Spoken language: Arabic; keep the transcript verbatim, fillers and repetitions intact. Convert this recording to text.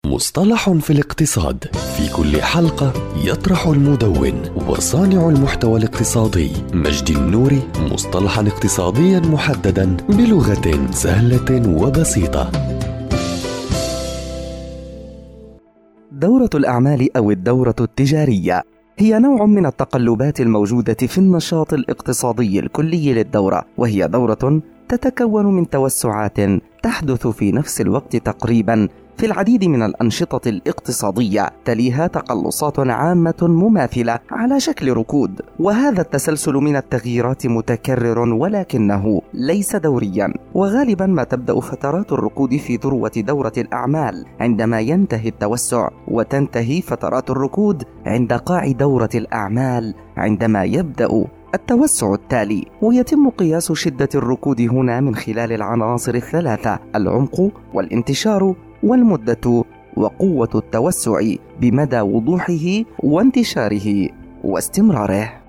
مصطلح في الاقتصاد. في كل حلقة يطرح المدون وصانع المحتوى الاقتصادي مجدي النوري مصطلحا اقتصاديا محددا بلغة سهلة وبسيطة. دورة الأعمال أو الدورة التجارية هي نوع من التقلبات الموجودة في النشاط الاقتصادي الكلي للدورة، وهي دورة تتكون من توسعات تحدث في نفس الوقت تقريبا في العديد من الأنشطة الاقتصادية، تليها تقلصات عامة مماثلة على شكل ركود، وهذا التسلسل من التغييرات متكرر ولكنه ليس دوريا، وغالبا ما تبدأ فترات الركود في ذروة دورة الأعمال عندما ينتهي التوسع، وتنتهي فترات الركود عند قاع دورة الأعمال عندما يبدأ التوسع التالي. ويتم قياس شدة الركود هنا من خلال العناصر الثلاثة: العمق والانتشار والمدة وقوة التوسع بمدى وضوحه وانتشاره واستمراره.